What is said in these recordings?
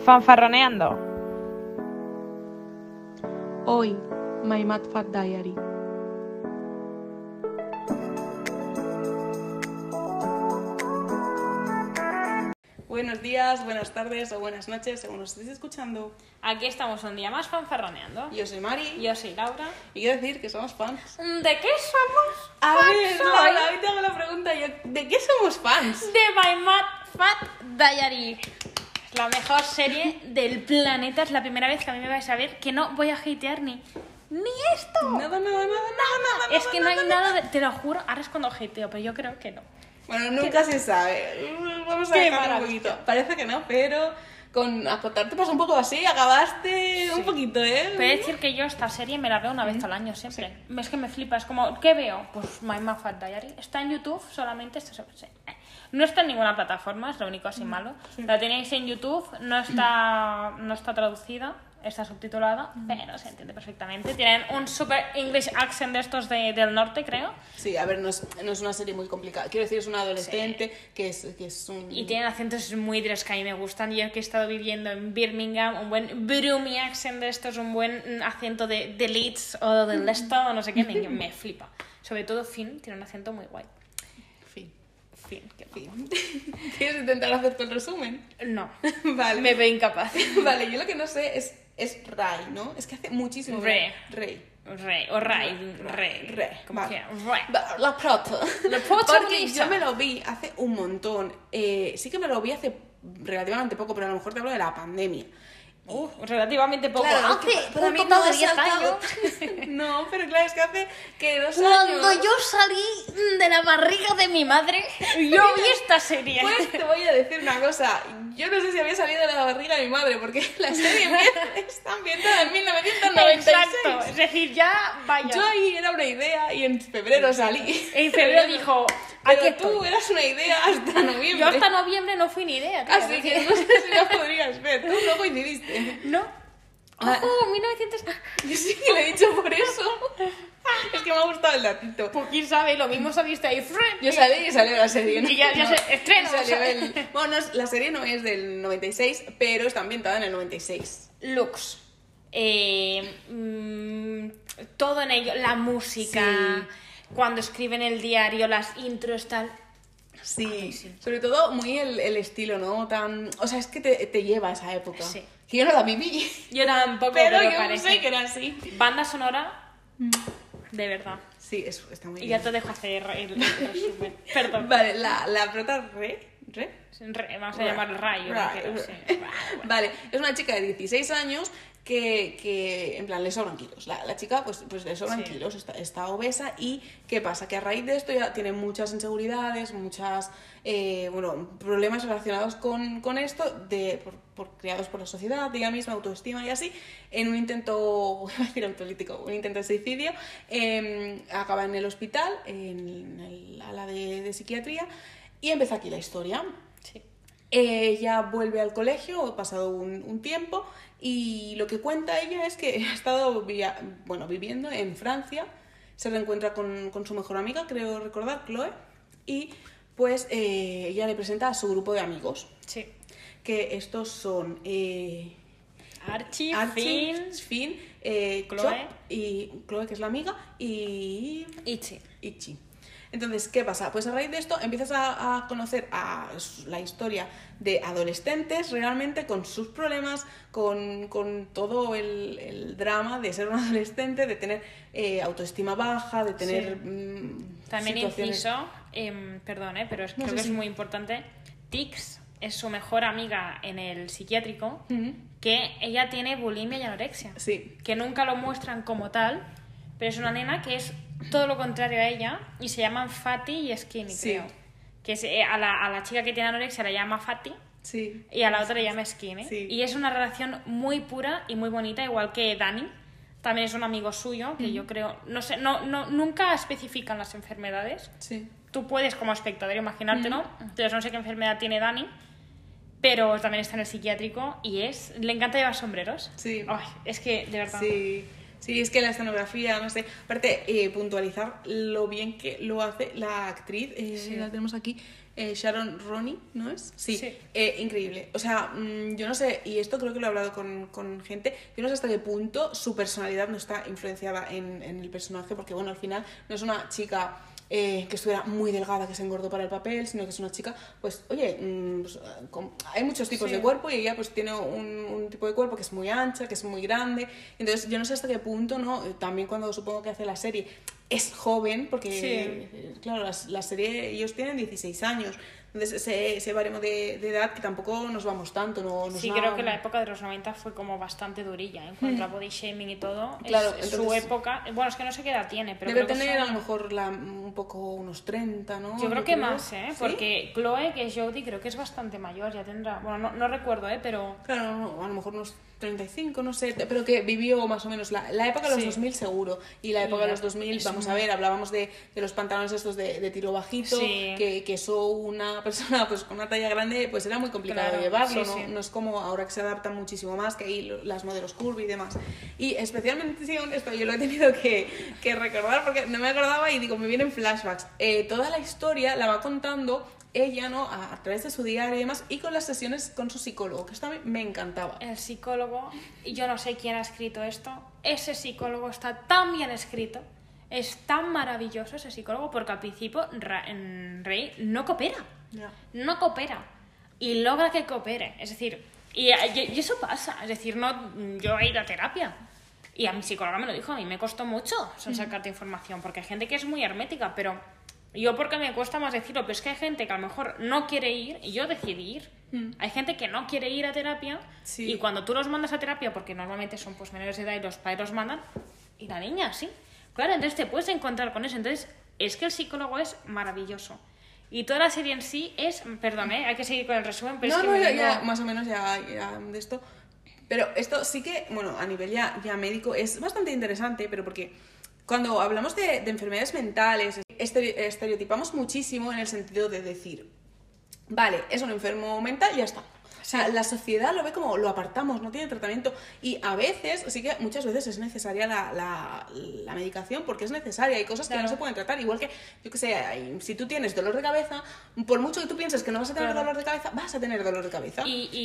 Fanfarroneando. Hoy, My Mad Fat Diary. Buenos días, buenas tardes o buenas noches, según nos estéis escuchando. Aquí estamos un día más fanfarroneando. Yo soy Mari. Yo soy Laura. Y quiero decir que somos fans. ¿De qué somos A fans ver, hoy? Laura, hoy te hago la pregunta yo. ¿De qué somos fans? De My Mad Fat Diary. Es la mejor serie del planeta. Es la primera vez que a mí me vais a ver que no voy a hatear ni esto. Nada. Es que no hay nada de... Te lo juro, ahora es cuando hateo, pero yo creo que no. Bueno, nunca se sabe. Vamos a Qué dejarlo un maravilla. poquito. Parece que no, pero con acotar te pasa un poco así, acabaste un poquito, ¿eh? Pero decir que yo esta serie me la veo una vez al año siempre. Es que me flipa, es como, ¿qué veo? Pues My Mad Fat Diary. Está en YouTube solamente, no está en ninguna plataforma, es lo único así malo. La tenéis en YouTube, no está traducida, está subtitulada, pero se entiende perfectamente. Tienen un super English accent de estos del norte, creo. Sí, a ver, no es una serie muy complicada. Quiero decir, es un adolescente que es un... Y tienen acentos muy de los que a mí me gustan. Yo que he estado viviendo en Birmingham, un buen broomy accent de estos, un buen acento de Leeds o de Leicester o no sé qué, me flipa. Sobre todo Finn tiene un acento muy guay. Finn, qué Fin. ¿Quieres intentar hacer tu resumen? No, Vale. me veo incapaz. Vale, yo lo que no sé es Ray, ¿no? Es que hace muchísimo... Rey. Rey. Rey. Como Vale. que, Rey. La prota. La Porque protagonista. yo me lo vi hace un montón. Sí que me lo vi hace relativamente poco, pero a lo mejor te hablo de la pandemia. Relativamente poco. Claro, Hace para un mí total no de ha 10 saltado. años. No, pero claro, es que hace que 2 Cuando años... yo salí de la barriga de mi madre, yo vi esta serie. Pues te voy a decir una cosa. Yo no sé si había salido de la barriga de mi madre, porque la serie está ambientada en 1996. Exacto, es decir, ya vaya. Yo ahí era una idea y en febrero salí. En febrero dijo, aquí Pero tú estoy. eras una idea hasta noviembre. Yo hasta noviembre no fui ni idea. Tío, Así que no sé si la podrías ver. Tú no coincidiste. No. Ojo, 1900... Yo sí que le he dicho por eso. Es que me ha gustado el datito. Pues quién sabe, lo mismo saliste ahí. Yo salí y salió la serie, ¿no? Y ya se estrena, Y salió o sea. Bueno, la serie no es del 96, pero está ambientada en el 96. Looks. Todo en ello, la música, cuando escriben el diario, las intros, tal. Sí, sobre todo muy el estilo, ¿no? Tan... O sea, es que te lleva a esa época. Sí. Que yo no la viví. Yo tampoco, Pero yo parece. sé que era así. Banda sonora, de verdad. Sí, está muy Y bien. ya te dejo hacer el resumen. Perdón. Vale, la prota ¿Re? Vamos a llamarlo Rayo. Vale, es una chica de 16 años que en plan le sobran kilos. La chica pues le sobran kilos, está obesa. Y ¿qué pasa? Que a raíz de esto ya tiene muchas inseguridades, muchas problemas relacionados con esto creados por la sociedad, ella misma, autoestima y así. En un intento, voy a decir autolítico, un intento de suicidio, acaba en el hospital, en el ala de psiquiatría, y empieza aquí la historia. Sí. Ella vuelve al colegio, pasado un tiempo, y lo que cuenta ella es que ha estado viviendo en Francia, se reencuentra con su mejor amiga, creo recordar, Chloe, y pues ella le presenta a su grupo de amigos. Sí. Que estos son Archie, Finn, Chloe. Chop, y Chloe, que es la amiga, y Ichi. Entonces, ¿qué pasa? Pues a raíz de esto empiezas a conocer la historia de adolescentes realmente con sus problemas, con todo el drama de ser un adolescente, de tener autoestima baja, de tener También situaciones... inciso, perdón, pero creo que es muy importante. Tix es su mejor amiga en el psiquiátrico, que ella tiene bulimia y anorexia. Sí. Que nunca lo muestran como tal, pero es una nena que es todo lo contrario a ella y se llaman Fatty y Skinny, creo. Que es, a la chica que tiene anorexia la llama Fatty y a la otra le llama Skinny. Sí. Y es una relación muy pura y muy bonita, igual que Dani. También es un amigo suyo, que yo creo... No sé, nunca especifican las enfermedades. Sí. Tú puedes, como espectador, imaginártelo. Entonces, no sé qué enfermedad tiene Dani, pero también está en el psiquiátrico y le encanta llevar sombreros. Sí. Ay, es que, de verdad... Sí. Sí, es que la escenografía, no sé, aparte puntualizar lo bien que lo hace la actriz, la tenemos aquí, Sharon Roney, ¿no es? Sí, Sí. Increíble. O sea, yo no sé, y esto creo que lo he hablado con gente, yo no sé hasta qué punto su personalidad no está influenciada en el personaje, porque bueno, al final no es una chica que estuviera muy delgada, que se engordó para el papel, sino que es una chica, pues, oye, pues, hay muchos tipos de cuerpo y ella pues tiene un tipo de cuerpo que es muy ancha, que es muy grande, entonces yo no sé hasta qué punto, ¿no? También cuando supongo que hace la serie es joven, porque claro, la serie ellos tienen 16 años, entonces ese baremo de edad que tampoco nos vamos tanto, no Sí, creo que la época de los 90 fue como bastante durilla en cuanto a body shaming y todo. Claro, es entonces, su época, bueno, es que no sé qué edad tiene, pero debe creo que tener son... a lo mejor un poco unos 30, ¿no? Yo creo que más, ¿Sí? porque Chloe, que es Jodie, creo que es bastante mayor, ya tendrá, bueno, no recuerdo, pero... Claro, no, a lo mejor unos 35, no sé, pero que vivió más o menos la época de los 2000 seguro, y la época de los 2000, vamos a ver, hablábamos de los pantalones estos de tiro bajito, que eso una persona pues con una talla grande pues era muy complicado de llevarlo, ¿no? No es como ahora que se adaptan muchísimo más, que hay las modelos curvy y demás. Y especialmente con esto yo lo he tenido que recordar porque no me acordaba y digo, me vienen flashbacks. Toda la historia la va contando ella, ¿no? A través de su diario y demás, y con las sesiones con su psicólogo, que esto a mí me encantaba. El psicólogo, yo no sé quién ha escrito esto, ese psicólogo está tan bien escrito, es tan maravilloso ese psicólogo, porque al principio Rey no coopera, no coopera, y logra que coopere, es decir, y eso pasa, es decir, no, yo he ido a terapia, y a mi psicóloga me lo dijo, a mí me costó mucho sacarte información, porque hay gente que es muy hermética, pero... Yo porque me cuesta más decirlo, pero es que hay gente que a lo mejor no quiere ir y yo decidí ir. Hay gente que no quiere ir a terapia y cuando tú los mandas a terapia, porque normalmente son pues menores de edad y los padres los mandan, y la niña sí. Claro, entonces te puedes encontrar con eso. Entonces es que el psicólogo es maravilloso. Y toda la serie en sí es... Perdón, hay que seguir con el resumen, pero es que... ya, más o menos ya de esto. Pero esto sí que, bueno, a nivel ya médico es bastante interesante, pero porque... Cuando hablamos de enfermedades mentales, estereotipamos muchísimo en el sentido de decir, vale, es un enfermo mental y ya está. O sea, la sociedad lo ve como lo apartamos, no tiene tratamiento. Y a veces, sí que muchas veces es necesaria la medicación porque es necesaria. Hay cosas que no se pueden tratar. Igual que, yo qué sé, si tú tienes dolor de cabeza, por mucho que tú pienses que no vas a tener dolor de cabeza, vas a tener dolor de cabeza.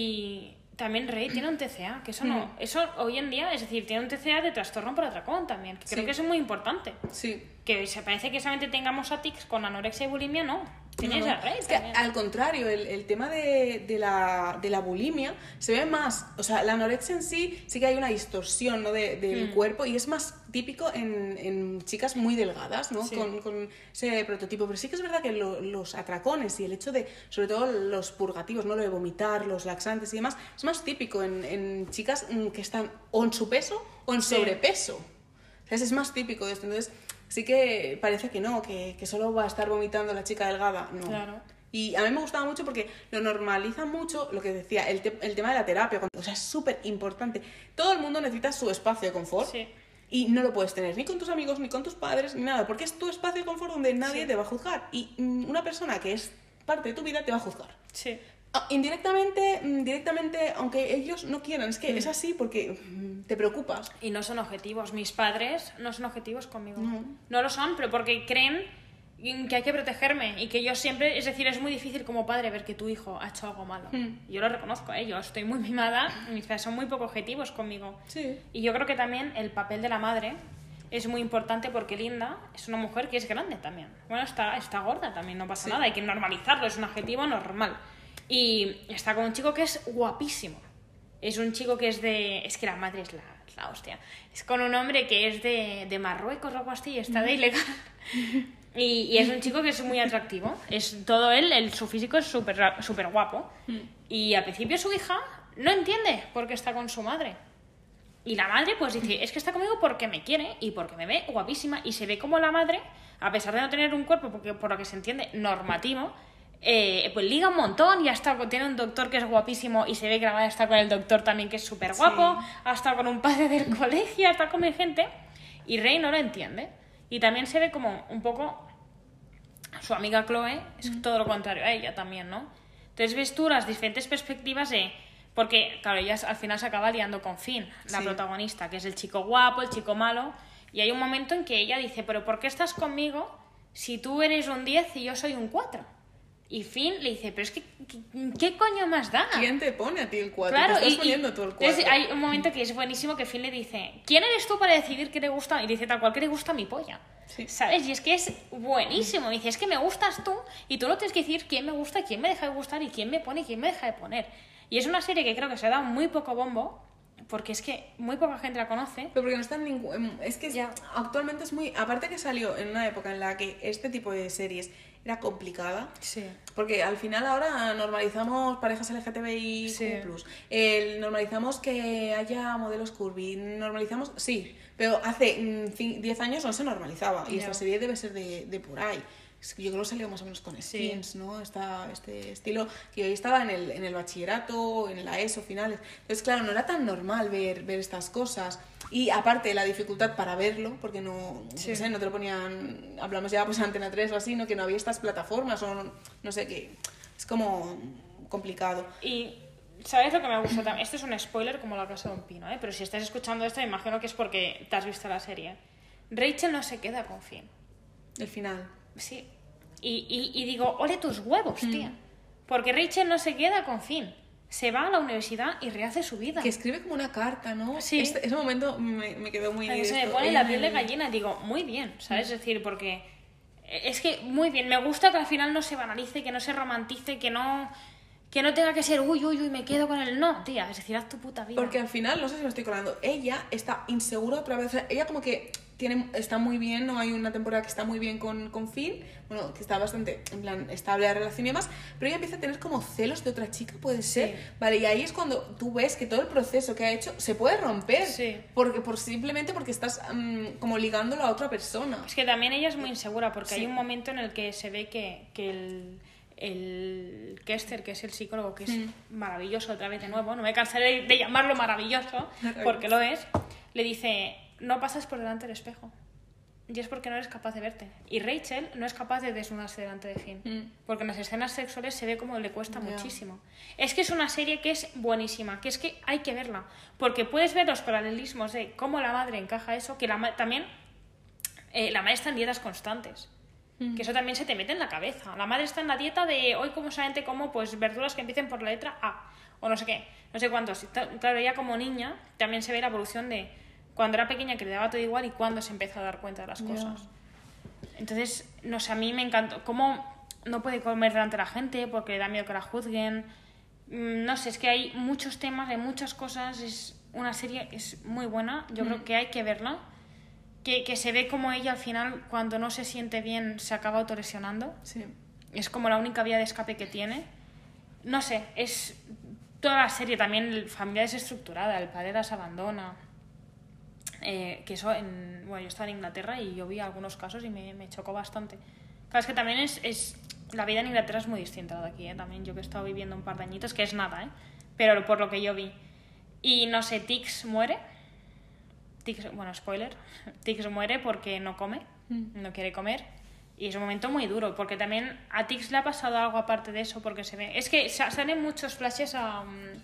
Y también Rey tiene un TCA, que eso no... Eso hoy en día, es decir, tiene un TCA de trastorno por atracón también, que creo que eso es muy importante. Sí. Que se parece que solamente tengamos a tics con anorexia y bulimia, no. Tienes a Rey es que al contrario, el tema de la bulimia se ve más, o sea, la anorexia en sí que hay una distorsión, ¿no? del cuerpo y es más típico en chicas muy delgadas, ¿no? Con ese prototipo, pero sí que es verdad que los atracones y el hecho de, sobre todo los purgativos, ¿no? Lo de vomitar, los laxantes y demás, es más típico en chicas que están o en su peso o en sobrepeso. Es más típico de esto, entonces... Sí que parece que no, que solo va a estar vomitando la chica delgada, no. Claro. Y a mí me gustaba mucho porque lo normaliza mucho, lo que decía, el tema de la terapia. O sea, es súper importante. Todo el mundo necesita su espacio de confort. Sí. Y no lo puedes tener ni con tus amigos, ni con tus padres, ni nada. Porque es tu espacio de confort donde nadie te va a juzgar. Y una persona que es parte de tu vida te va a juzgar. Sí. Indirectamente, directamente, aunque ellos no quieran. Es que es así porque te preocupas. Y no son objetivos. Mis padres no son objetivos conmigo. No lo son, pero porque creen que hay que protegerme y que yo siempre... Es decir, es muy difícil como padre ver que tu hijo ha hecho algo malo. Yo lo reconozco, yo estoy muy mimada, mis padres son muy poco objetivos conmigo. Sí. Y yo creo que también el papel de la madre es muy importante porque Linda es una mujer que es grande también. Bueno, está gorda también, no pasa nada, hay que normalizarlo, es un adjetivo normal. Y está con un chico que es guapísimo. Es un chico que es de... Es que la madre es la hostia. Es con un hombre que es de Marruecos o algo así y está de ilegal. Y es un chico que es muy atractivo. Es todo él, su físico es súper guapo. Y al principio su hija no entiende por qué está con su madre. Y la madre pues dice, es que está conmigo porque me quiere y porque me ve guapísima. Y se ve como la madre, a pesar de no tener un cuerpo, porque por lo que se entiende, normativo... pues liga un montón y tiene un doctor que es guapísimo y se ve que la madre está con el doctor también que es súper guapo, ha estado con un padre del colegio, ha estado con mi gente y Rey no lo entiende y también se ve como un poco su amiga Chloe es todo lo contrario a ella también, ¿no? Entonces ves tú las diferentes perspectivas de Porque, claro, ella al final se acaba liando con Finn, la protagonista, que es el chico guapo, el chico malo. Y hay un momento en que ella dice, pero ¿por qué estás conmigo si tú eres un 10 y yo soy un 4? Y Finn le dice, pero es que, ¿qué coño más da? ¿Quién te pone a ti el 4? Claro, te estás poniendo tú el 4. Entonces hay un momento que es buenísimo que Finn le dice, ¿quién eres tú para decidir qué le gusta? Y dice tal cual que le gusta mi polla. Sí. ¿Sabes? Y es que es buenísimo. Dice, es que me gustas tú y tú no tienes que decir quién me gusta, quién me deja de gustar y quién me pone y quién me deja de poner. Y es una serie que creo que se da muy poco bombo porque es que muy poca gente la conoce. Pero porque no está en ningún... Es que actualmente es muy... Aparte que salió en una época en la que este tipo de series era complicada. Sí. Porque al final ahora normalizamos parejas LGTBI+. Sí. Normalizamos que haya modelos curvy. Normalizamos... Sí, pero hace 10 años no se normalizaba. Y esta serie debe ser de por ahí. Es que yo creo que salió más o menos con Skins, ¿no? Este estilo que hoy estaba en el bachillerato, en la ESO, finales. Entonces, claro, no era tan normal ver estas cosas. Y aparte, la dificultad para verlo, porque no sé, no te lo ponían... Hablamos ya pues Antena 3 o así, ¿no? Que no había estas plataformas o no sé qué. Es como complicado. Y... ¿sabes lo que me gusta también? Esto es un spoiler como la casa de un pino, ¿eh? Pero si estás escuchando esto, me imagino que es porque te has visto la serie. Rachel no se queda con Finn. El final. Sí. Y digo, ole tus huevos, tía. Porque Rachel no se queda con Finn. Se va a la universidad y rehace su vida. Que escribe como una carta, ¿no? Sí. Ese momento me quedó muy... A mí se me pone la piel de gallina. Digo, muy bien, ¿sabes? Es decir, porque... Es que muy bien. Me gusta que al final no se banalice, que no se romantice, que no tenga que ser uy, me quedo con él. No, tía, es decir, haz tu puta vida. Porque al final, no sé si me estoy colando, ella está insegura otra vez. O sea, ella como que está muy bien, ¿no? Hay una temporada que está muy bien con Finn, bueno, que está bastante, en plan, estable la relación y demás, pero ella empieza a tener como celos de otra chica, puede ser. Sí. Vale, y ahí es cuando tú ves que todo el proceso que ha hecho se puede romper. Sí. Simplemente porque estás como ligándolo a otra persona. Es que también ella es muy insegura, porque hay un momento en el que se ve que el Kester, que es el psicólogo, que es maravilloso otra vez de nuevo, no me cansaré de llamarlo maravilloso, porque lo es, le dice, no pasas por delante del espejo. Y es porque no eres capaz de verte. Y Rachel no es capaz de desnudarse delante de Finn. Porque en las escenas sexuales se ve como le cuesta muchísimo. Es que es una serie que es buenísima, que es que hay que verla. Porque puedes ver los paralelismos de cómo la madre encaja eso, que también la madre está en dietas constantes. Que eso también se te mete en la cabeza. La madre está en la dieta de hoy como solamente como pues verduras que empiecen por la letra A. O no sé qué, no sé cuántos. Claro, ella como niña también se ve la evolución de cuando era pequeña que le daba todo igual y cuando se empezó a dar cuenta de las cosas. Entonces, no sé, a mí me encantó. Cómo no puede comer delante de la gente porque le da miedo que la juzguen. No sé, es que hay muchos temas, hay muchas cosas. Es una serie, es muy buena. Yo creo que hay que verla. Que se ve como ella al final, cuando no se siente bien, se acaba autolesionando. Sí. Es como la única vía de escape que tiene. No sé, es toda la serie también, familia desestructurada, el padre las abandona. Que eso, bueno, yo estaba en Inglaterra y yo vi algunos casos y me chocó bastante. Claro, es que también es la vida en Inglaterra es muy distinta de aquí, ¿eh? También yo que he estado viviendo un par de añitos, que es nada, ¿eh? Pero por lo que yo vi. Y no sé, Tix muere. Bueno, spoiler, Tix muere porque no come, no quiere comer. Y es un momento muy duro, porque también a Tix le ha pasado algo aparte de eso, porque se ve... Es que salen muchos flashes a...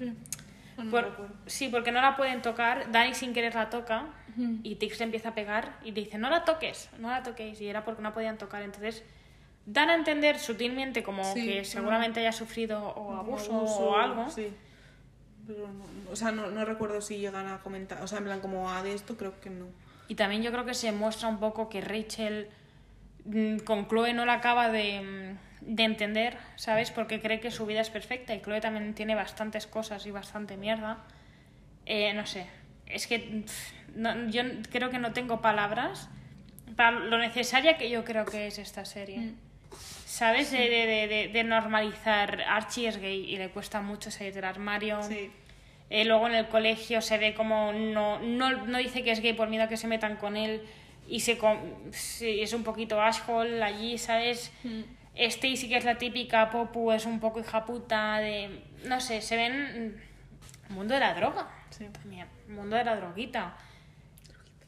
Sí, porque no la pueden tocar, Dani sin querer la toca, y Tix le empieza a pegar, y le dice, no la toques, no la toquéis, y era porque no podían tocar. Entonces, dan a entender sutilmente como que seguramente haya sufrido o abuso o algo. Sí. Pero no, o sea, no recuerdo si llegan a comentar, o sea, en plan como de esto, creo que no. Y también yo creo que se muestra un poco que Rachel con Chloe no la acaba de entender, ¿sabes? Porque cree que su vida es perfecta y Chloe también tiene bastantes cosas y bastante mierda. No sé, es que yo creo que no tengo palabras para lo necesaria que yo creo que es esta serie. ¿Sabes? Sí. De normalizar. Archie es gay y le cuesta mucho salir del armario. Sí. Luego en el colegio se ve como no dice que es gay por miedo a que se metan con él y es un poquito asshole allí, ¿sabes? Stacy, que es la típica Popu, es un poco hija puta de... No sé, se ven... El mundo de la droga. Sí. También. El mundo de la droguita.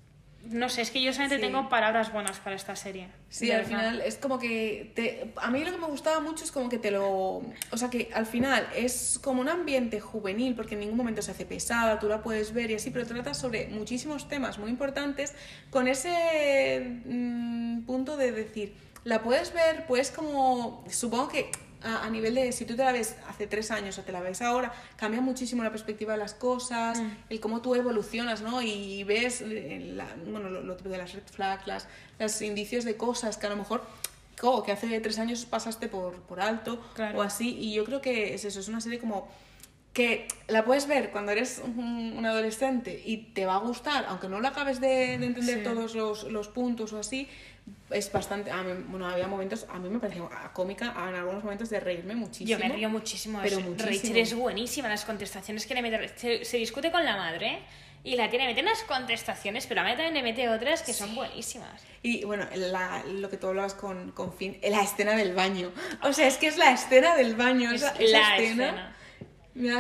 No sé, es que yo solamente tengo palabras buenas para esta serie. Sí, al final es como que a mí lo que me gustaba mucho es como que o sea, que al final es como un ambiente juvenil, porque en ningún momento se hace pesada, tú la puedes ver y así, pero trata sobre muchísimos temas muy importantes con ese punto de decir, la puedes ver, pues como, supongo que a nivel de, si tú te la ves hace 3 años o te la ves ahora, cambia muchísimo la perspectiva de las cosas, el cómo tú evolucionas, ¿no? Y ves bueno, lo típico de las red flags, los indicios de cosas que a lo mejor que hace 3 años pasaste por alto, claro, o así, y yo creo que es eso, es una serie como que la puedes ver cuando eres un adolescente y te va a gustar, aunque no lo acabes de entender todos los puntos o así. Es bastante... bueno, había momentos... A mí me pareció cómica en algunos momentos de reírme muchísimo. Yo me río muchísimo. Pero muchísimo. Rachel es buenísima. Las contestaciones que le mete... Se discute con la madre y la tiene... Mete unas contestaciones, pero a mí también le mete otras que son buenísimas. Y bueno, lo que tú hablabas con Finn, la escena del baño. O sea, es que es la escena del baño. Esa escena. Mira,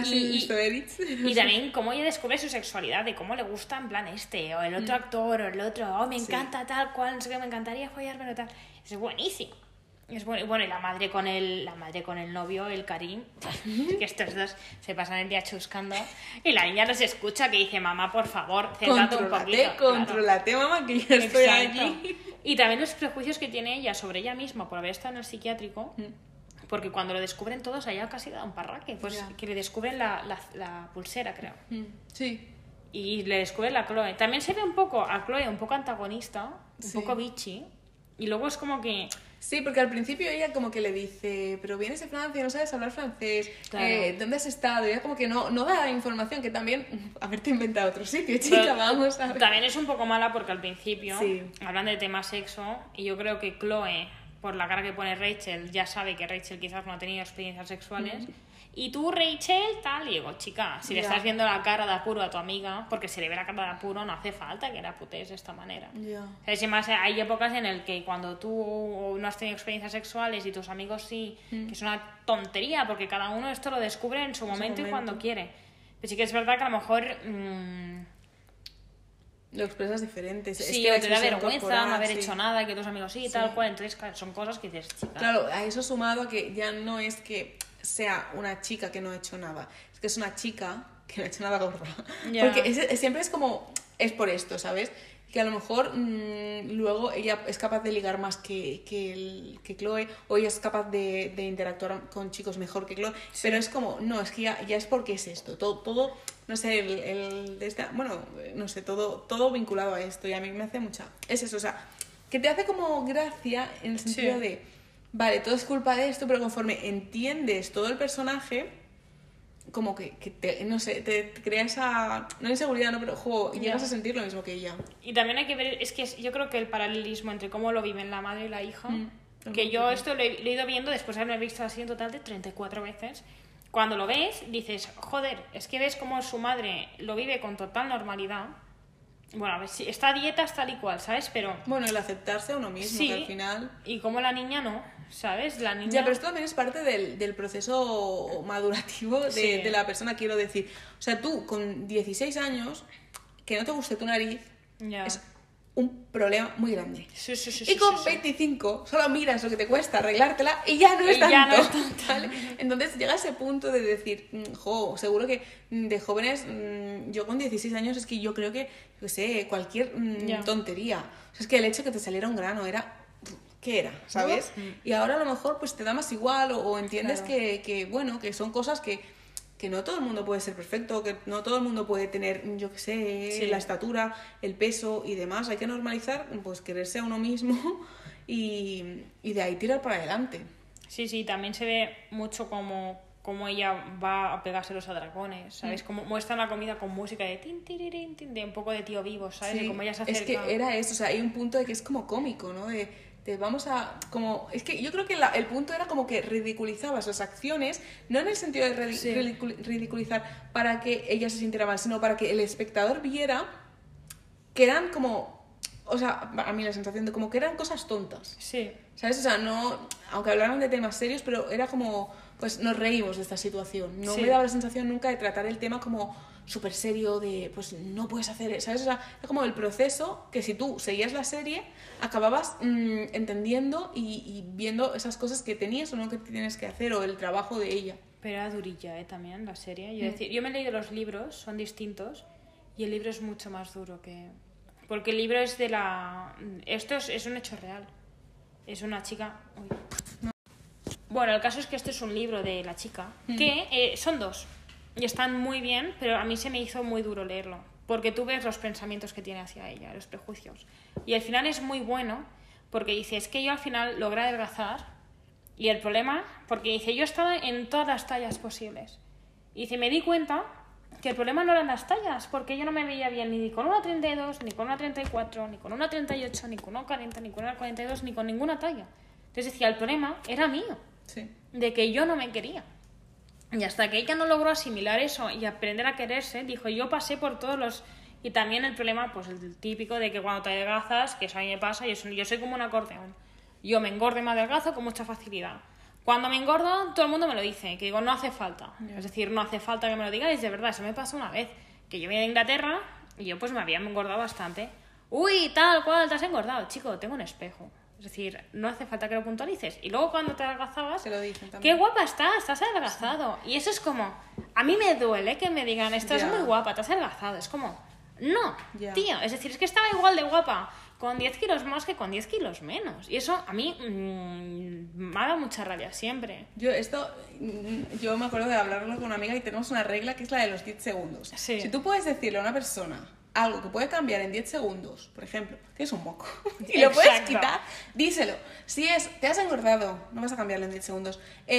y también cómo ella descubre su sexualidad, de cómo le gusta en plan o el otro actor, o el otro, me encanta tal cual, no sé qué, me encantaría follármelo tal. Es buenísimo. Bueno, y la madre con el novio, el Karim, que estos dos se pasan el día chuscando, y la niña no se escucha, que dice, mamá, por favor, céntrate un poquito. Contrólate, claro. Mamá, que yo estoy aquí. Y también los prejuicios que tiene ella sobre ella misma por haber estado en el psiquiátrico. Porque cuando lo descubren todos, allá casi da un parraque. Pues que le descubren la pulsera, creo. Sí. Y le descubren la Chloe. También se ve un poco a Chloe un poco antagonista, un poco bitchy. Y luego es como que... Sí, porque al principio ella como que le dice, pero vienes de Francia, no sabes hablar francés, claro. ¿Dónde has estado? Y ella como que no da información, que también, haberte inventado otro sitio, chica, pero, vamos a ver. También es un poco mala porque al principio hablan de tema sexo y yo creo que Chloe... por la cara que pone Rachel, ya sabe que Rachel quizás no ha tenido experiencias sexuales. Y tú, Rachel, tal, y digo, chica, si le estás viendo la cara de apuro a tu amiga, porque se le ve la cara de apuro, no hace falta que la putees de esta manera. O sea, más hay épocas en las que cuando tú no has tenido experiencias sexuales y tus amigos sí, que es una tontería, porque cada uno esto lo descubre en su momento y cuando quiere. Pero sí que es verdad que a lo mejor... lo expresas diferente. Sí, es que te da vergüenza no haber hecho nada, que tus amigos sí, tal cual. Entonces, son cosas que dices, chica. Claro, a eso sumado a que ya no es que sea una chica que no ha hecho nada, es que es una chica que no ha hecho nada gorda. Porque siempre es como, es por esto, ¿sabes? Que a lo mejor luego ella es capaz de ligar más que Chloe, o ella es capaz de interactuar con chicos mejor que Chloe, pero es como, no, es que ya es porque es esto, todo no sé, bueno, no sé, todo vinculado a esto, y a mí me hace mucha... Es eso, o sea, que te hace como gracia en el sentido de, vale, todo es culpa de esto, pero conforme entiendes todo el personaje, como que no sé, te crea esa, no inseguridad, no, pero llegas a sentir lo mismo que ella. Y también hay que ver, es que yo creo que el paralelismo entre cómo lo viven la madre y la hija, que yo esto lo he ido viendo después de haberme visto así en total de 34 veces. Cuando lo ves, dices, joder, es que ves cómo su madre lo vive con total normalidad. Bueno, a ver, si está a dieta, tal y cual, ¿sabes? Pero... Bueno, el aceptarse a uno mismo, que al final... y como la niña no, ¿sabes? La niña... Ya, pero esto también es parte del proceso madurativo de la persona, quiero decir. O sea, tú, con 16 años, que no te guste tu nariz, es un problema muy grande. Y con 25 solo miras lo que te cuesta arreglártela y ya no es tanto. ¿Vale? Entonces llega ese punto de decir, seguro que de jóvenes, yo con 16 años es que yo creo que, yo sé, cualquier tontería. O sea, es que el hecho de que te saliera un grano era... ¿Qué era? ¿Sabes? Y ahora a lo mejor pues te da más igual o entiendes que, bueno, que son cosas que no todo el mundo puede ser perfecto, que no todo el mundo puede tener, yo qué sé, la estatura, el peso y demás. Hay que normalizar, pues quererse a uno mismo y de ahí tirar para adelante. Sí, también se ve mucho como ella va a pegarse los atracones, ¿sabes? Como muestran la comida con música de tin, tirirín, tin, de un poco de tío vivo, ¿sabes? De cómo ella se acerca. Es que era eso, o sea, hay un punto de que es como cómico, ¿no? De vamos a... como es que yo creo que el punto era como que ridiculizabas las acciones, no en el sentido de ridiculizar para que ella se sintiera mal, sino para que el espectador viera que eran como... O sea, a mí la sensación de como que eran cosas tontas. Sí. ¿Sabes? O sea, no... Aunque hablaran de temas serios, pero era como pues nos reímos de esta situación. No Sí. me daba la sensación nunca de tratar el tema como súper serio, de pues no puedes hacer, ¿sabes? O sea, es como el proceso que si tú seguías la serie, acababas entendiendo y viendo esas cosas que tenías o no que tienes que hacer, o el trabajo de ella. Pero era durilla, también, la serie. Yo me he leído los libros, son distintos, y el libro es mucho más duro que... Porque el libro es de la... Esto es un hecho real. Es una chica... Uy. Bueno, el caso es que este es un libro de la chica, que son dos, y están muy bien, pero a mí se me hizo muy duro leerlo, porque tú ves los pensamientos que tiene hacia ella, los prejuicios. Y al final es muy bueno, porque dice, es que yo al final logré adelgazar, y el problema, porque dice, yo estaba en todas las tallas posibles. Y dice, me di cuenta que el problema no eran las tallas, porque yo no me veía bien ni con una 32, ni con una 34, ni con una 38, ni con una 40, ni con una 42, ni con ninguna talla. Entonces decía, el problema era mío, Sí. de que yo no me quería. Y hasta que ella no logró asimilar eso y aprender a quererse, dijo, yo pasé por todos los... Y también el problema, pues el típico de que cuando te adelgazas, que eso a mí me pasa, yo soy como un acordeón. Yo me engordo y me adelgazo con mucha facilidad. Cuando me engordo, todo el mundo me lo dice, que digo, no hace falta. Yeah. Es decir, no hace falta que me lo digáis, de verdad, eso me pasó una vez. Que yo vine de Inglaterra y yo pues me había engordado bastante. Uy, tal cual, te has engordado. Chico, tengo un espejo. Es decir, no hace falta que lo puntualices. Y luego cuando te adelgazabas, Te lo dicen también. qué guapa estás adelgazado. Sí. Y eso es como, a mí me duele que me digan, estás Ya. muy guapa, te has adelgazado. Es como, no, Ya. tío, es decir, es que estaba igual de guapa con 10 kilos más que con 10 kilos menos. Y eso a mí me ha dado mucha rabia siempre. Yo me acuerdo de hablarlo con una amiga y tenemos una regla que es la de los 10 segundos. Sí. Si tú puedes decirle a una persona algo que puede cambiar en 10 segundos, por ejemplo, tienes un moco y lo puedes Exacto. quitar, díselo. Si te has engordado, no vas a cambiarlo en 10 segundos.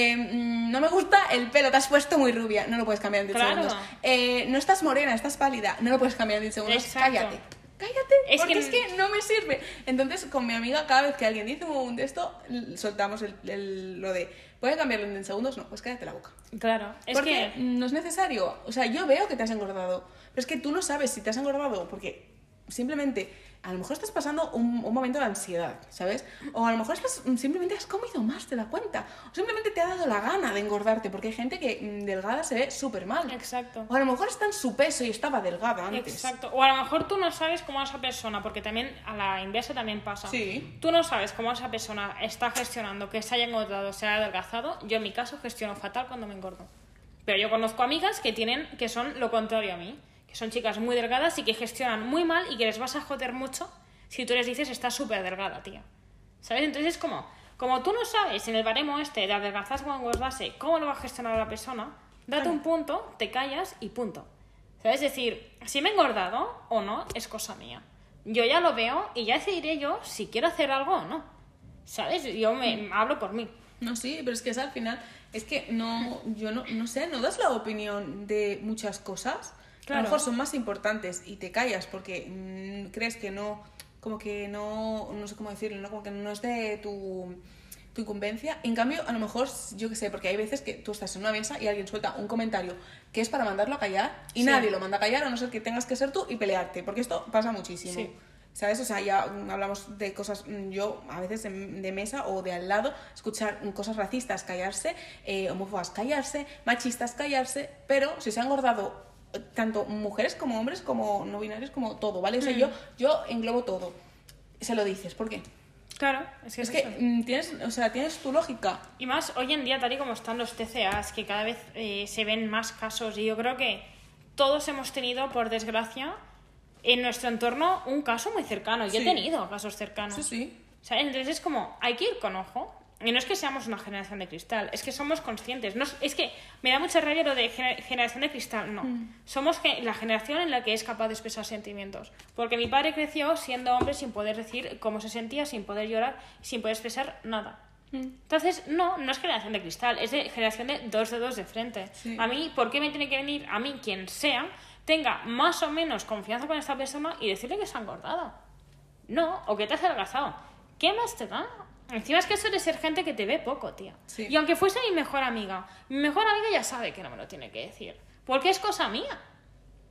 No me gusta el pelo, te has puesto muy rubia, no lo puedes cambiar en 10 Claro. segundos. No estás morena, estás pálida, no lo puedes cambiar en 10 segundos. Exacto. Cállate, Es porque que- es que no me sirve. Entonces, con mi amiga, cada vez que alguien dice un de esto, soltamos lo de, ¿puede cambiarlo en 10 segundos? No, pues cállate la boca. Claro, es Porque que... no es necesario. O sea, yo veo que te has engordado, pero es que tú no sabes si te has engordado porque simplemente a lo mejor estás pasando un momento de ansiedad, ¿sabes? O a lo mejor simplemente has comido más de la cuenta. O simplemente te ha dado la gana de engordarte, porque hay gente que delgada se ve súper mal. Exacto. O a lo mejor está en su peso y estaba delgada antes. Exacto. O a lo mejor tú no sabes cómo esa persona, porque también a la inversa también pasa. Sí. Tú no sabes cómo esa persona está gestionando que se haya engordado, se haya adelgazado. Yo en mi caso gestiono fatal cuando me engordo. Pero yo conozco amigas que son lo contrario a mí. Que son chicas muy delgadas y que gestionan muy mal y que les vas a joder mucho si tú les dices estás súper delgada, tía. ¿Sabes? Entonces es como tú no sabes en el baremo este de adelgazarse o engordarse cómo lo va a gestionar la persona, date un punto, te callas y punto. ¿Sabes? Es decir, si me he engordado o no, es cosa mía. Yo ya lo veo y ya decidiré yo si quiero hacer algo o no. ¿Sabes? Yo me hablo por mí. No, sí, pero es que al final, es que yo no sé, no das la opinión de muchas cosas. Claro. A lo mejor son más importantes y te callas porque crees que no, como que no sé cómo decirlo, ¿no? Como que no es de tu incumbencia. En cambio, a lo mejor, yo qué sé, porque hay veces que tú estás en una mesa y alguien suelta un comentario que es para mandarlo a callar y Sí. nadie lo manda a callar, a no ser que tengas que ser tú y pelearte, porque esto pasa muchísimo. Sí. ¿Sabes? O sea, ya hablamos de cosas, yo a veces de mesa o de al lado, escuchar cosas racistas, callarse, homófobas, callarse, machistas, callarse, pero si se han engordado tanto mujeres como hombres, como no binarios, como todo, ¿vale? O sea, yo englobo todo. Se lo dices, ¿por qué? Claro, es que Es es que eso. tienes tu lógica. Y más hoy en día, tal y como están los TCAs, que cada vez se ven más casos, y yo creo que todos hemos tenido, por desgracia, en nuestro entorno un caso muy cercano. Yo Sí. he tenido casos cercanos. Sí, sí. ¿Sabes? Entonces es como, hay que ir con ojo. Y no es que seamos una generación de cristal, es que somos conscientes. Es que me da mucha rabia lo de generación de cristal, no. Somos la generación en la que es capaz de expresar sentimientos. Porque mi padre creció siendo hombre sin poder decir cómo se sentía, sin poder llorar, sin poder expresar nada. Entonces, no es generación de cristal, es de generación de dos dedos de frente. Sí. A mí, ¿por qué me tiene que venir a mí quien sea, tenga más o menos confianza con esta persona y decirle que está engordada? No, o que te has adelgazado. ¿Qué más te da? Encima es que suele ser gente que te ve poco, tía. Sí. Y aunque fuese mi mejor amiga ya sabe que no me lo tiene que decir. Porque es cosa mía.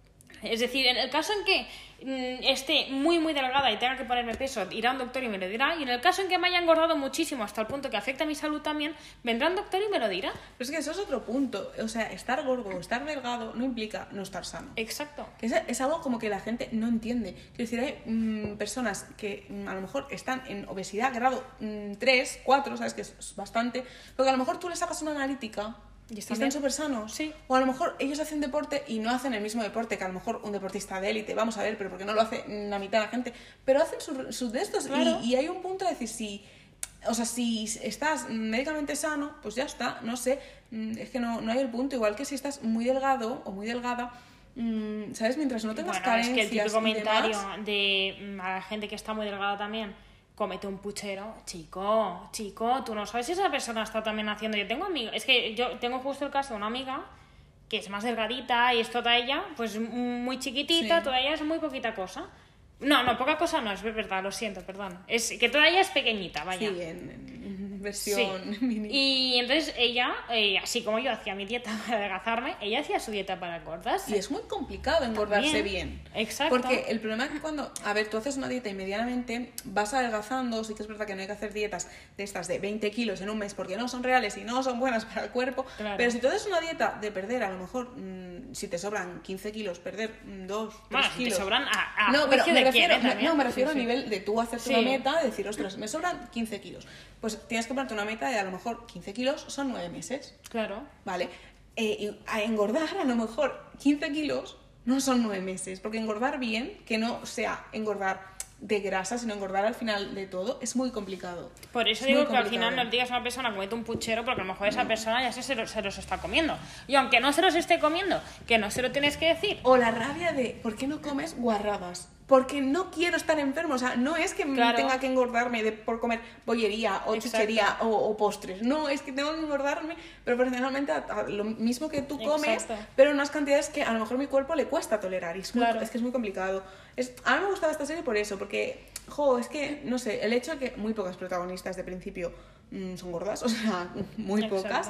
Es decir, en el caso en que esté muy muy delgada y tenga que ponerme peso, irá un doctor y me lo dirá. Y en el caso en que me haya engordado muchísimo hasta el punto que afecta a mi salud también, vendrá un doctor y me lo dirá. Pero es que eso es otro punto. O sea, estar gordo o estar delgado no implica no estar sano. Exacto. Que es algo como que la gente no entiende. Quiero decir, hay personas que a lo mejor están en obesidad grado 3, 4, ¿sabes? Que es bastante. Porque a lo mejor tú les sacas una analítica y están súper sanos. Sí. O a lo mejor ellos hacen deporte y no hacen el mismo deporte que a lo mejor un deportista de élite. Vamos a ver, pero porque no lo hace la mitad de la gente. Pero hacen sus de estos. Claro. Y hay un punto de decir, si estás médicamente sano, pues ya está. No sé, es que no hay el punto. Igual que si estás muy delgado o muy delgada, ¿sabes? Mientras no tengas carencias. Es que el típico comentario demás, de a la gente que está muy delgada también, cómete un puchero. Chico, tú no sabes si esa persona está también haciendo. Yo tengo amigas, es que yo tengo justo el caso de una amiga que es más delgadita y es toda ella, pues muy chiquitita, Sí. toda ella es muy poquita cosa. No, poca cosa no, es verdad, lo siento, perdón. Es que toda ella es pequeñita, vaya. Sí, en versión Sí. mini. Y entonces ella, así como yo hacía mi dieta para adelgazarme, ella hacía su dieta para engordarse. Y es muy complicado engordarse También. bien. Exacto. Porque el problema es que cuando, a ver, tú haces una dieta y medianamente vas adelgazando, sí que es verdad que no hay que hacer dietas de estas de 20 kilos en un mes porque no son reales y no son buenas para el cuerpo. Claro. Pero si tú haces una dieta de perder, a lo mejor, si te sobran 15 kilos, perder 2, 3 Bueno, si kilos. te sobran a No, pero juicio me de quién, refiero, también. no, me refiero Sí, a sí. nivel de tú hacerte Sí. una meta, de decir, ostras, me sobran 15 kilos. Pues tienes que ponerte una meta de a lo mejor 15 kilos son 9 meses. Claro. ¿Vale? Y a engordar a lo mejor 15 kilos no son 9 meses, porque engordar bien, que no sea engordar de grasa, sino engordar al final de todo, es muy complicado. Por eso Es muy digo que al complicado. final no le digas a una persona comete un puchero porque a lo mejor esa persona ya se los está comiendo. Y aunque no se los esté comiendo, que no se lo tienes que decir. O la rabia de, ¿por qué no comes guarradas? Porque no quiero estar enfermo, o sea, no es que Claro. tenga que engordarme por comer bollería o Exacto. chuchería o postres, no, es que tengo que engordarme proporcionalmente a lo mismo que tú comes, Exacto. pero en unas cantidades que a lo mejor mi cuerpo le cuesta tolerar y Claro. es que es muy complicado. A mí me gustaba esta serie por eso, porque, es que, no sé, el hecho de que muy pocas protagonistas de principio son gordas, o sea, muy Exacto. pocas.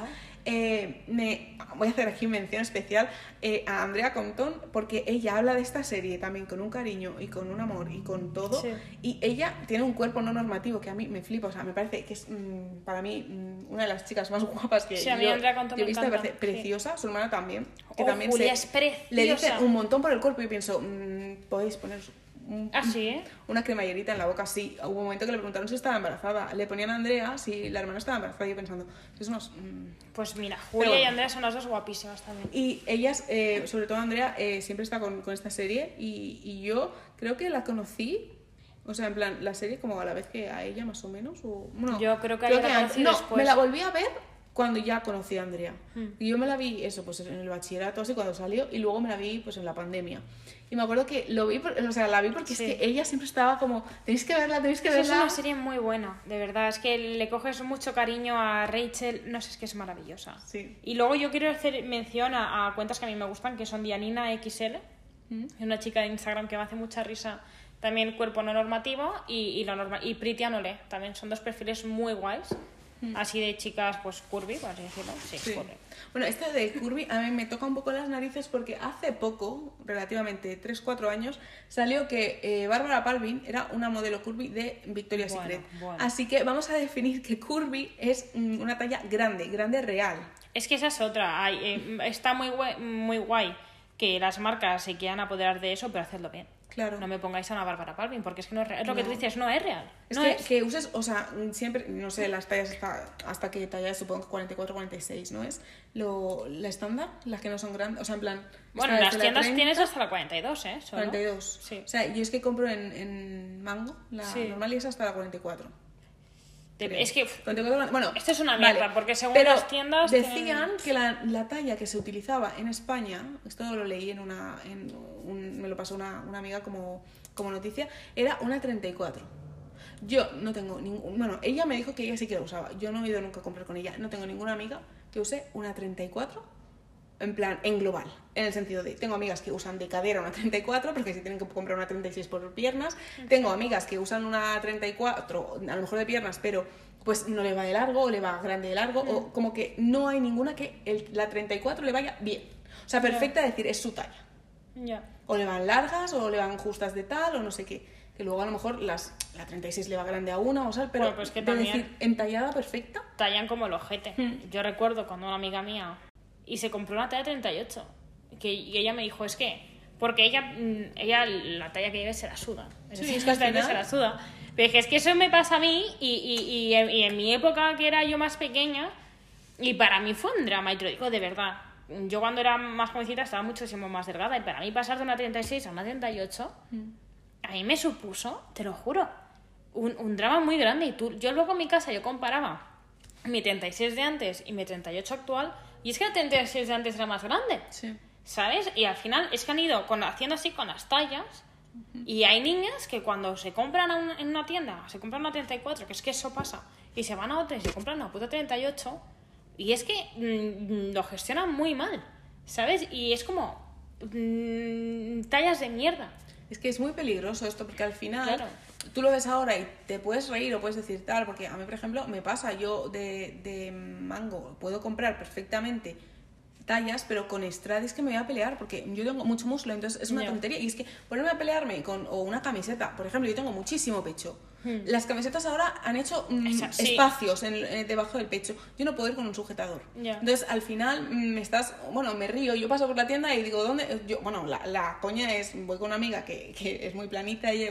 Voy a hacer aquí mención especial a Andrea Compton, porque ella habla de esta serie también con un cariño y con un amor y con todo. Sí. Y ella tiene un cuerpo no normativo que a mí me flipa, o sea, me parece que es para mí una de las chicas más guapas que Sí, a mí Andrea Compton yo he me visto, me encanta, parece preciosa, su hermana también. Que Oh, también Julia es preciosa. le dice un montón por el cuerpo y pienso, podéis poner Así, ¿eh? una cremallerita en la boca, sí. Hubo un momento que le preguntaron si estaba embarazada. Le ponían a Andrea si la hermana estaba embarazada. Y yo pensando, es unos... Pues mira, Julia Pero y bueno. Andrea son las dos guapísimas también. Y ellas, sobre todo Andrea, siempre está con esta serie. Y yo creo que la conocí, o sea, en plan, la serie como a la vez que a ella, más o menos. No, Yo creo que a ella la antes. conocí No, después. me la volví a ver cuando ya conocí a Andrea. Hmm. Y yo me la vi, eso, pues en el bachillerato, así cuando salió. Y luego me la vi, pues en la pandemia. Y me acuerdo que la vi porque Sí. es que ella siempre estaba como, tenéis que verla, tenéis que Es verla. una serie muy buena, de verdad. Es que le coges mucho cariño a Rachel. No sé, es que es maravillosa. Sí. Y luego yo quiero hacer mención a cuentas que a mí me gustan, que son Dianina XL. Es una chica de Instagram que me hace mucha risa. También cuerpo no normativo y Pretty Anole. También son dos perfiles muy guays. Así de chicas, pues curvy, por así decirlo. Sí, Sí. curvy. Bueno, esto de Curvy a mí me toca un poco las narices porque hace poco, relativamente 3-4 años, salió que Bárbara Palvin era una modelo Curvy de Victoria's Bueno, Secret. bueno. Así que vamos a definir que Curvy es una talla grande real. Es que esa es otra. Está muy guay que las marcas se quieran apoderar de eso, pero hacedlo bien. Claro. No me pongáis a una Bárbara Palvin, porque es que no es real. Es lo que tú No. dices, no es real. Es No que uses, o sea, siempre, no sé, las tallas hasta qué talla, supongo que 44, 46, ¿no es? La estándar, las que no son grandes, o sea, en plan... Bueno, está en las desde la tiendas 30, tienes hasta la 42, ¿eh? Solo. 42. Sí. O sea, yo es que compro en Mango, la Sí. normal y es hasta la 44. creo. Es que 44, bueno, esto es una vale, mierda, porque según pero las tiendas decían tienen- que la talla que se utilizaba en España, esto lo leí me lo pasó una amiga como noticia, era una 34. Yo no tengo ningún... Bueno, ella me dijo que ella sí que la usaba. Yo no he ido nunca a comprar con ella. No tengo ninguna amiga que use una 34, en plan, en global. En el sentido de, tengo amigas que usan de cadera una 34, porque si tienen que comprar una 36 por piernas. Tengo amigas que usan una 34, a lo mejor de piernas, pero pues no le va de largo, o le va grande de largo, o como que no hay ninguna que la 34 le vaya bien. O sea, perfecta, decir, es su talla. Ya. O le van largas, o le van justas de tal, o no sé qué. Que luego a lo mejor la 36 le va grande a una, o sea, pero Bueno, pues que de también decir, entallada perfecta. tallan como el ojete. Yo recuerdo cuando una amiga mía y se compró una talla 38, y ella me dijo, es que, porque ella la talla que lleve se la suda. Sí, es que al final... se la suda. Pero dije, es que eso me pasa a mí y en mi época, que era yo más pequeña, y para mí fue un drama, y te lo digo de verdad. Yo cuando era más jovencita estaba muchísimo más delgada, y para mí pasar de una 36 a una 38... A mí me supuso, te lo juro, un drama muy grande. Y yo luego en mi casa yo comparaba mi 36 de antes y mi 38 actual, y es que el 36 de antes era más grande, Sí. ¿sabes? Y al final es que han ido haciendo así con las tallas, y hay niñas que cuando se compran en una tienda, se compran una 34, que es que eso pasa, y se van a otra y se compran una puta 38, y es que lo gestionan muy mal, ¿sabes? Y es como tallas de mierda. Es que es muy peligroso esto, porque al final Claro. tú lo ves ahora y te puedes reír o puedes decir tal, porque a mí, por ejemplo, me pasa, yo de Mango puedo comprar perfectamente tallas, pero con Stradis que me voy a pelear, porque yo tengo mucho muslo, entonces es una Ya. tontería. Y es que ponerme a pelearme o una camiseta, por ejemplo, yo tengo muchísimo pecho. Las camisetas ahora han hecho Sí. espacios debajo del pecho. Yo no puedo ir con un sujetador. Ya. Entonces, al final, me río. Yo paso por la tienda y digo, ¿dónde? La coña es, voy con una amiga que es muy planita y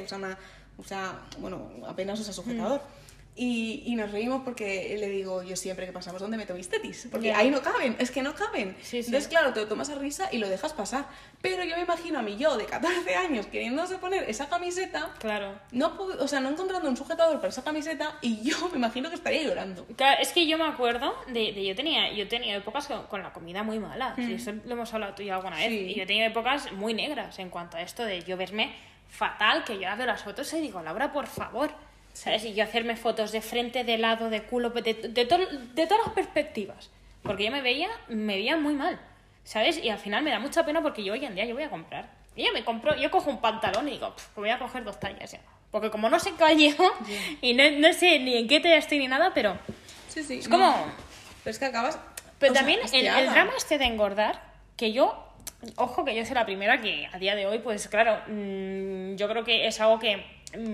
apenas usa sujetador. Y nos reímos porque le digo yo siempre que pasamos, ¿dónde meto mis tetis? Porque Ya. ahí no caben, es que no caben. Sí, sí. Entonces, claro, te lo tomas a risa y lo dejas pasar. Pero yo me imagino a mí, yo de 14 años, queriéndose poner esa camiseta, Claro. no encontrando un sujetador para esa camiseta, y yo me imagino que estaría llorando. Claro, es que yo me acuerdo yo tenía épocas con la comida muy mala. Sí, eso lo hemos hablado tú y yo alguna vez. Sí. Y yo he tenido épocas muy negras en cuanto a esto de yo verme fatal, que yo ahora veo las fotos y digo, Laura, por favor. ¿Sabes? Y yo hacerme fotos de frente, de lado, de culo, de todas las perspectivas. Porque yo me veía muy mal. ¿Sabes? Y al final me da mucha pena porque yo hoy en día yo voy a comprar. Y yo cojo un pantalón y digo, pues voy a coger 2 tallas ya. Porque como no sé cuál llevo y no sé ni en qué talla estoy ni nada, pero Sí. es como... Pero es que acabas... Pero o sea, también es el que haga. drama este de engordar, que yo... Ojo que yo soy la primera que a día de hoy, pues claro, yo creo que es algo que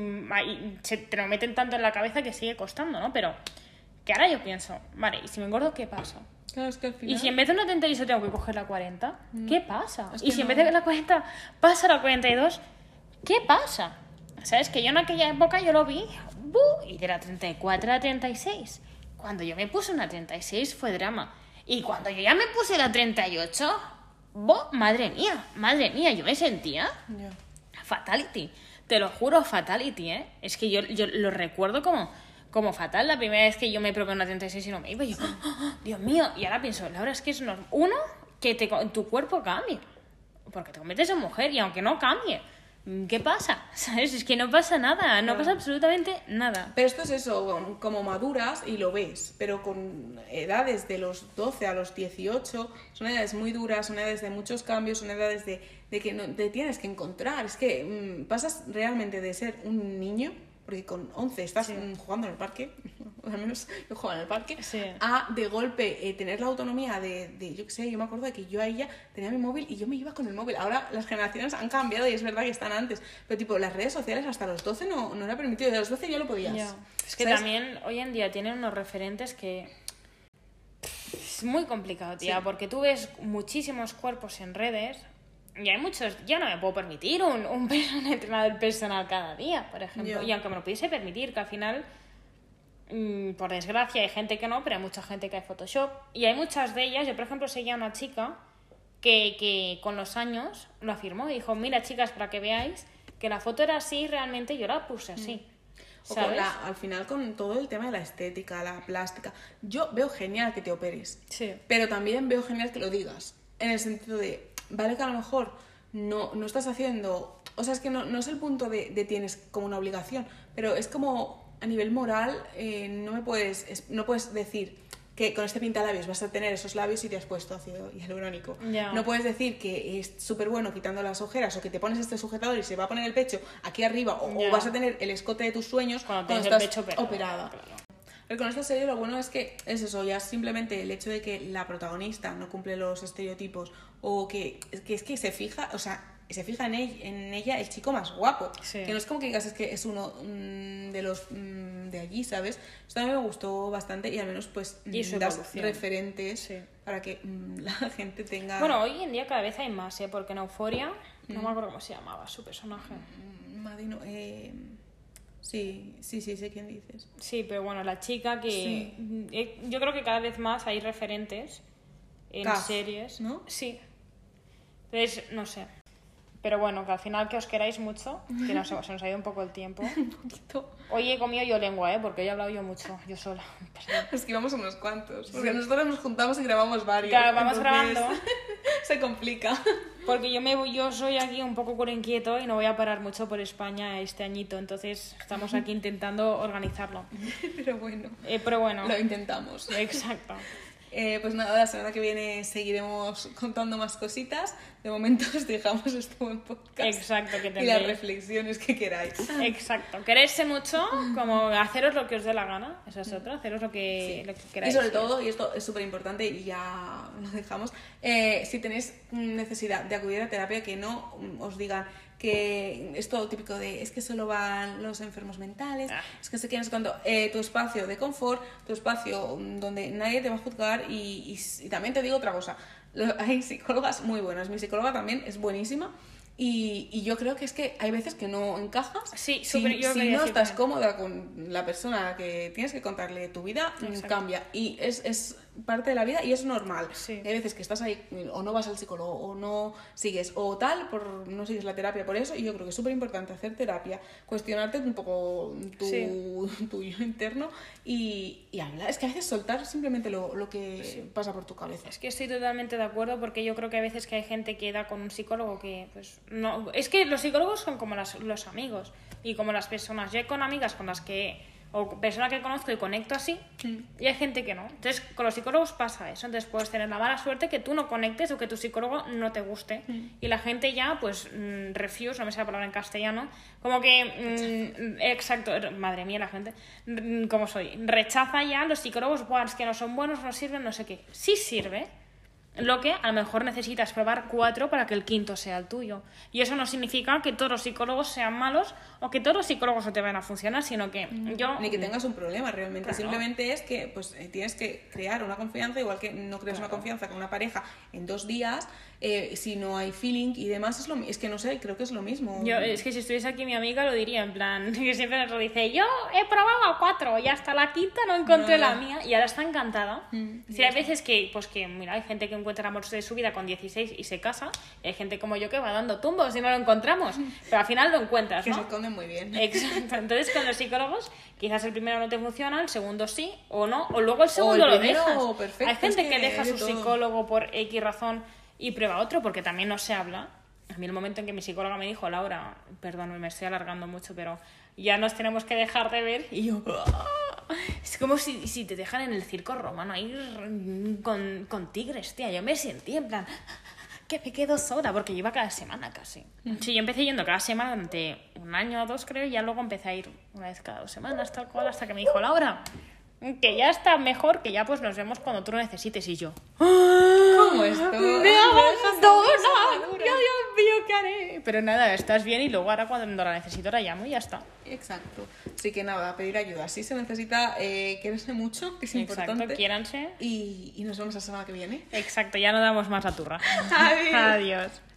te lo meten tanto en la cabeza que sigue costando, ¿no? Pero que ahora yo pienso, vale, ¿y si me engordo qué pasa? Claro, es que al final... ¿Y si en vez de una 38 tengo que coger la 40? ¿Qué pasa? Es ¿Y que si en no. vez de la 40 pasa a la 42? ¿Qué pasa? ¿Sabes? Que yo en aquella época yo lo vi, y de la 34 a la 36. Cuando yo me puse una 36 fue drama. Y cuando yo ya me puse la 38, madre mía, yo me sentía Ya. fatality. Te lo juro, fatality, ¿eh? Es que yo lo recuerdo como fatal la primera vez que yo me probé una 36 y no me iba. Yo, Dios mío. Y ahora pienso, Laura, es que es uno, que tu cuerpo cambie. Porque te conviertes en mujer y aunque no cambie, ¿qué pasa? ¿Sabes? Es que no pasa nada, no pasa absolutamente nada. Pero esto es eso, como maduras y lo ves, pero con edades de los 12 a los 18, son edades muy duras, son edades de muchos cambios, son edades de que no, te tienes que encontrar. Es que pasas realmente de ser un niño, porque con 11 estás jugando en el parque, o al menos yo jugaba en el parque, Sí. a de golpe tener la autonomía yo qué sé, yo me acuerdo de que yo a ella tenía mi móvil y yo me iba con el móvil. Ahora las generaciones han cambiado y es verdad que están antes, pero tipo las redes sociales hasta los 12 no era permitido, de los 12 ya lo podías. Ya. Es que ¿Sabes? también hoy en día tienen unos referentes que es muy complicado, tía, Sí. porque tú ves muchísimos cuerpos en redes y hay muchos, yo no me puedo permitir un entrenador personal cada día, por ejemplo, Ya. y aunque me lo pudiese permitir, que al final, por desgracia, hay gente que no, pero hay mucha gente que hay Photoshop, y hay muchas de ellas. Yo, por ejemplo, seguía a una chica que con los años lo afirmó y dijo, mira, chicas, para que veáis que la foto era así, realmente yo la puse así. O con ¿Sabes? al final con todo el tema de la estética, la plástica, yo veo genial que te operes, Sí. pero también veo genial que lo digas, en el sentido de, vale que a lo mejor no estás haciendo, o sea, es que no es el punto de tienes como una obligación, pero es como a nivel moral, no puedes decir que con este pintalabios vas a tener esos labios y te has puesto ácido hialurónico. Ya. No puedes decir que es súper bueno quitando las ojeras o que te pones este sujetador y se va a poner el pecho aquí arriba o Ya. vas a tener el escote de tus sueños Cuando cuando tienes el estás pecho operada. claro. Pero con esta serie lo bueno es que es eso, ya simplemente el hecho de que la protagonista no cumple los estereotipos o que se fija, o sea, se fija en ella el chico más guapo. Sí. Que no es como que digas es que es uno de los de allí, ¿sabes? Esto a mí me gustó bastante y al menos pues Y su das evolución. referentes Sí. para que la gente tenga... Bueno, hoy en día cada vez hay más, porque en Euphoria, no me acuerdo cómo se llamaba su personaje. Madino, sí, sé quién dices. Sí, pero bueno, la chica que... Sí. Yo creo que cada vez más hay referentes en Caf, series. ¿no? Sí. Entonces, no sé. Pero bueno, que al final que os queráis mucho, que no sé, se nos ha ido un poco el tiempo. Un poquito. Hoy he comido yo lengua, porque he hablado yo mucho, yo sola. Perdón. Es que íbamos unos cuantos. Porque nosotros nos juntamos y grabamos varios. Claro, vamos entonces grabando. Se complica. Porque yo soy aquí un poco inquieto y no voy a parar mucho por España este añito, entonces estamos aquí intentando organizarlo. Pero bueno, Lo intentamos. Exacto. Pues nada, la semana que viene seguiremos contando más cositas. De momento os dejamos este buen podcast. Exacto, que Y las tendréis. reflexiones que queráis. Exacto. Quererse mucho, como haceros lo que os dé la gana, esa es otra, haceros lo que queráis. Y sobre todo, y esto es súper importante y ya lo dejamos, si tenéis necesidad de acudir a terapia, que no os digan que es todo típico de es que solo van los enfermos mentales, es que se quieren cuando tu espacio de confort, tu espacio donde nadie te va a juzgar y también te digo otra cosa, hay psicólogas muy buenas, mi psicóloga también es buenísima. Y yo creo que es que hay veces que no encajas. Sí, si yo si quería no decir estás también. cómoda con la persona que tienes que contarle tu vida, Exacto. cambia. Y es parte de la vida y es normal. Sí. Hay veces que estás ahí o no vas al psicólogo o no sigues o tal, no sigues la terapia por eso. Y yo creo que es súper importante hacer terapia, cuestionarte un poco tu yo interno y hablar. Es que a veces soltar simplemente lo que pasa por tu cabeza. Es que estoy totalmente de acuerdo porque yo creo que a veces que hay gente que da con un psicólogo que pues no, es que los psicólogos son como los amigos y como las personas. Yo he con amigas con las que o personas que conozco y conecto así y hay gente que no. Entonces con los psicólogos pasa eso, entonces puedes tener la mala suerte que tú no conectes o que tu psicólogo no te guste y la gente ya pues refuse, no me sale la palabra en castellano, como que exacto, madre mía la gente como soy, rechaza ya los psicólogos, es que no son buenos, no sirven, no sé qué. Sí sirve. Lo que a lo mejor necesitas probar 4 para que el quinto sea el tuyo. Y eso no significa que todos los psicólogos sean malos o que todos los psicólogos no te van a funcionar, sino que Ni que tengas un problema realmente. Claro. Simplemente es que pues tienes que crear una confianza, igual que no creas una confianza con una pareja en 2 días, si no hay feeling y demás, es que no sé, creo que es lo mismo. Es que si estuviese aquí mi amiga lo diría, en plan, que siempre nos lo dice, yo he probado 4 y hasta la quinta no encontré la mía y ahora está encantada. Si hay veces que, pues que, mira, hay gente que encuentra el amor de su vida con 16 y se casa, y hay gente como yo que va dando tumbos y no lo encontramos, pero al final lo encuentras, Que ¿no? se esconden muy bien. Exacto, entonces con los psicólogos quizás el primero no te funciona, el segundo sí o no, o luego el segundo el lo primero, dejas. perfecto, Hay gente es que que deja a hay su de todo. psicólogo por X razón y prueba otro porque también no se habla. A mí el momento en que mi psicóloga me dijo, Laura, perdón, me estoy alargando mucho, pero ya nos tenemos que dejar de ver, y yo... Es como si te dejan en el circo romano ahí con tigres, tía. Yo me sentí en plan... que me quedo sola, porque yo iba cada semana casi. Sí, yo empecé yendo cada semana durante 1 año o 2, creo, y ya luego empecé a ir una vez cada 2 semanas, tal cual, hasta que me dijo, Laura, que ya está mejor, que ya pues nos vemos cuando tú lo necesites. Y yo... ¿Cómo esto? ¡Me abandona! ¡Ya, Dios mío, qué haré! Pero nada, estás bien y luego ahora cuando la necesito la llamo y ya está. Exacto. Así que nada, pedir ayuda. Sí se necesita quererse mucho, que es Exacto, importante. quiéranse. Y nos vemos la semana que viene. Exacto, ya no damos más la turra. Adiós. Adiós.